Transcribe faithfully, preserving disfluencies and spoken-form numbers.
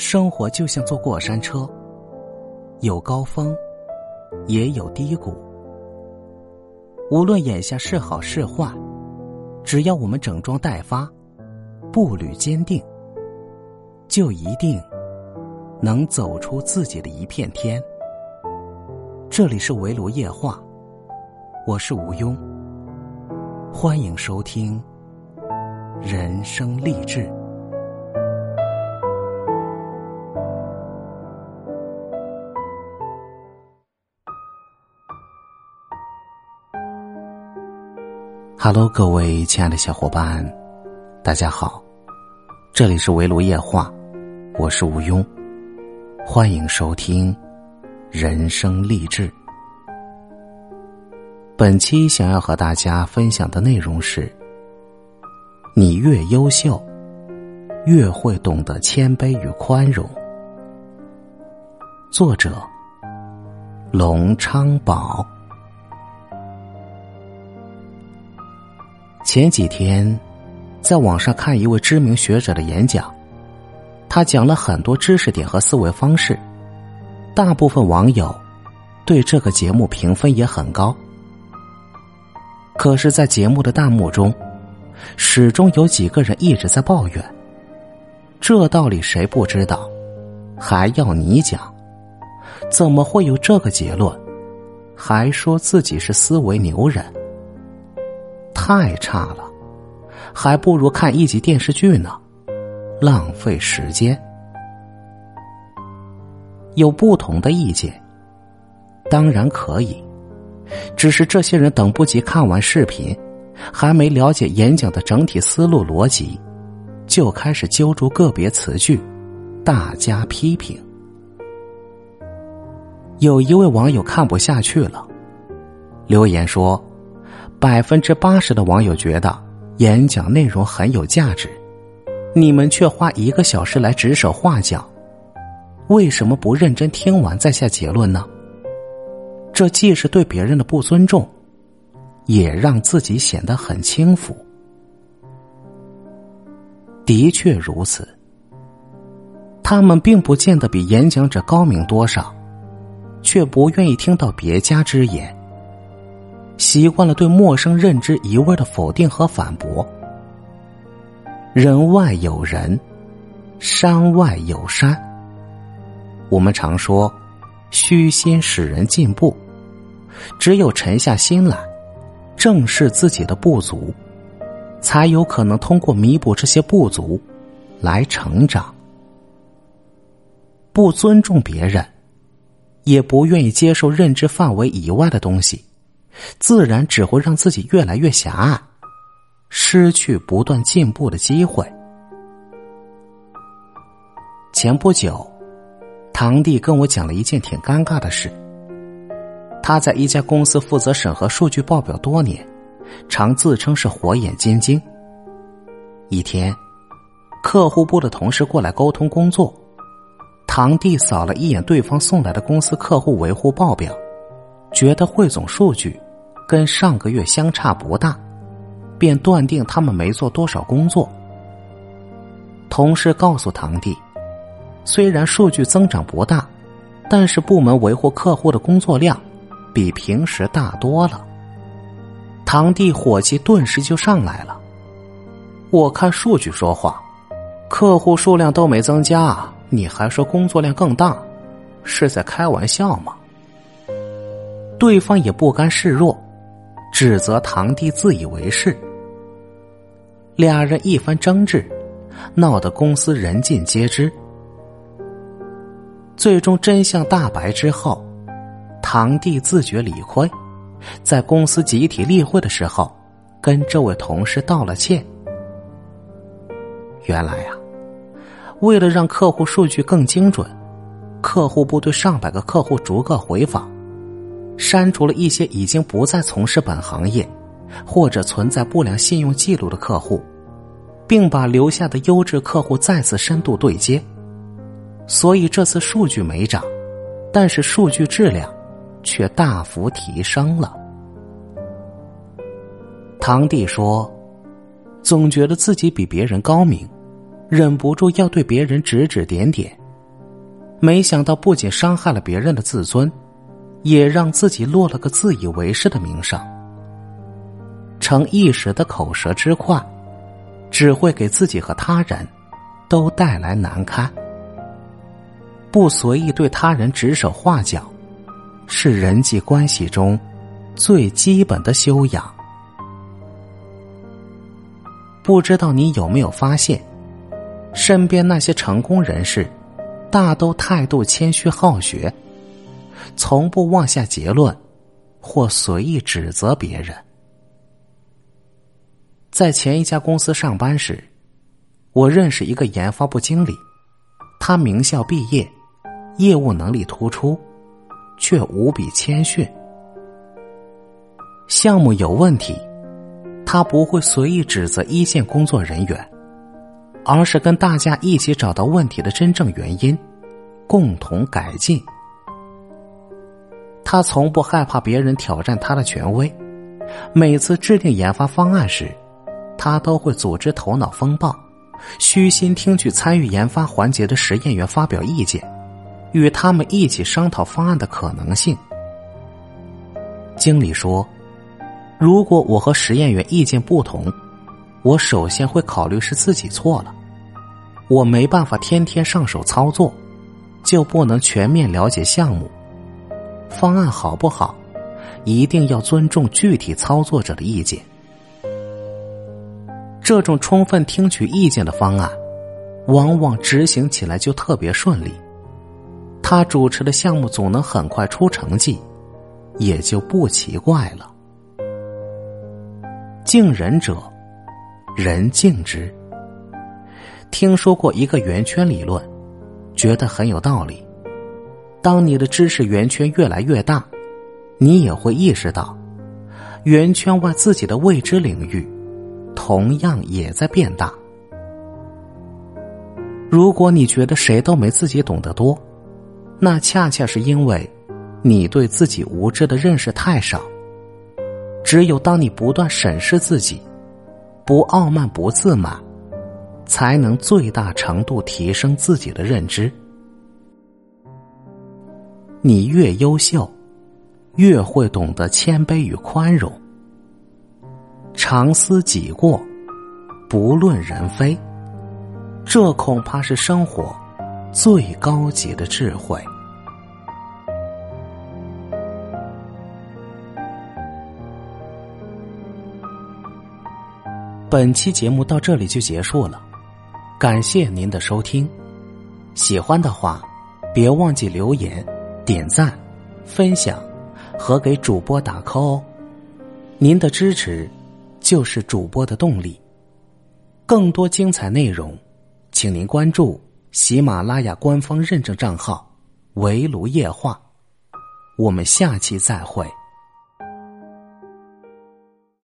生活就像坐过山车，有高峰，也有低谷。无论眼下是好是坏，只要我们整装待发，步履坚定，就一定能走出自己的一片天。这里是围炉夜话，我是吴庸，欢迎收听人生励志。Hello， 各位亲爱的小伙伴，大家好，这里是围炉夜话，我是吴庸，欢迎收听人生励志。本期想要和大家分享的内容是：你越优秀，越会懂得谦卑与宽容。作者龙昌宝。前几天在网上看一位知名学者的演讲，他讲了很多知识点和思维方式，大部分网友对这个节目评分也很高。可是在节目的弹幕中，始终有几个人一直在抱怨，这道理谁不知道，还要你讲，怎么会有这个结论，还说自己是思维牛人，太差了，还不如看一集电视剧呢，浪费时间。有不同的意见当然可以，只是这些人等不及看完视频，还没了解演讲的整体思路逻辑，就开始揪住个别词句大加批评。有一位网友看不下去了，留言说百分之八十的网友觉得演讲内容很有价值，你们却花一个小时来指手画脚，为什么不认真听完再下结论呢？这既是对别人的不尊重，也让自己显得很轻浮。的确如此，他们并不见得比演讲者高明多少，却不愿意听到别家之言，习惯了对陌生认知一味的否定和反驳。人外有人，山外有山。我们常说虚心使人进步，只有沉下心来正视自己的不足，才有可能通过弥补这些不足来成长。不尊重别人，也不愿意接受认知范围以外的东西，自然只会让自己越来越狭隘，失去不断进步的机会。前不久，堂弟跟我讲了一件挺尴尬的事。他在一家公司负责审核数据报表多年，常自称是火眼金睛。一天，客户部的同事过来沟通工作，堂弟扫了一眼对方送来的公司客户维护报表，觉得汇总数据跟上个月相差不大，便断定他们没做多少工作。同事告诉堂弟，虽然数据增长不大，但是部门维护客户的工作量比平时大多了。堂弟火气顿时就上来了，我看数据说话，客户数量都没增加，你还说工作量更大，是在开玩笑吗？对方也不甘示弱，指责堂弟自以为是。俩人一番争执，闹得公司人尽皆知。最终真相大白之后，堂弟自觉理亏，在公司集体例会的时候跟这位同事道了歉。原来啊，为了让客户数据更精准，客户部对上百个客户逐个回访，删除了一些已经不再从事本行业或者存在不良信用记录的客户，并把留下的优质客户再次深度对接。所以这次数据没涨，但是数据质量却大幅提升了。堂弟说，总觉得自己比别人高明，忍不住要对别人指指点点， 没想到不仅伤害了别人的自尊，也让自己落了个自以为是的名声。逞一时的口舌之快，只会给自己和他人都带来难堪。不随意对他人指手画脚，是人际关系中最基本的修养。不知道你有没有发现，身边那些成功人士大都态度谦虚好学，从不妄下结论或随意指责别人。在前一家公司上班时，我认识一个研发部经理，他名校毕业，业务能力突出，却无比谦逊。项目有问题，他不会随意指责一线工作人员，而是跟大家一起找到问题的真正原因，共同改进。他从不害怕别人挑战他的权威，每次制定研发方案时，他都会组织头脑风暴，虚心听取参与研发环节的实验员发表意见，与他们一起商讨方案的可能性。经理说，如果我和实验员意见不同，我首先会考虑是自己错了。我没办法天天上手操作，就不能全面了解项目。方案好不好，一定要尊重具体操作者的意见。这种充分听取意见的方案，往往执行起来就特别顺利。他主持的项目总能很快出成绩，也就不奇怪了。敬人者，人敬之。听说过一个圆圈理论，觉得很有道理。当你的知识圆圈越来越大，你也会意识到，圆圈外自己的未知领域同样也在变大。如果你觉得谁都没自己懂得多，那恰恰是因为你对自己无知的认识太少。只有当你不断审视自己，不傲慢不自满，才能最大程度提升自己的认知。你越优秀，越会懂得谦卑与宽容。常思己过，不论人非，这恐怕是生活最高级的智慧。本期节目到这里就结束了，感谢您的收听。喜欢的话，别忘记留言、点赞、分享和给主播打 call 哦。您的支持就是主播的动力。更多精彩内容，请您关注喜马拉雅官方认证账号围炉夜话。我们下期再会。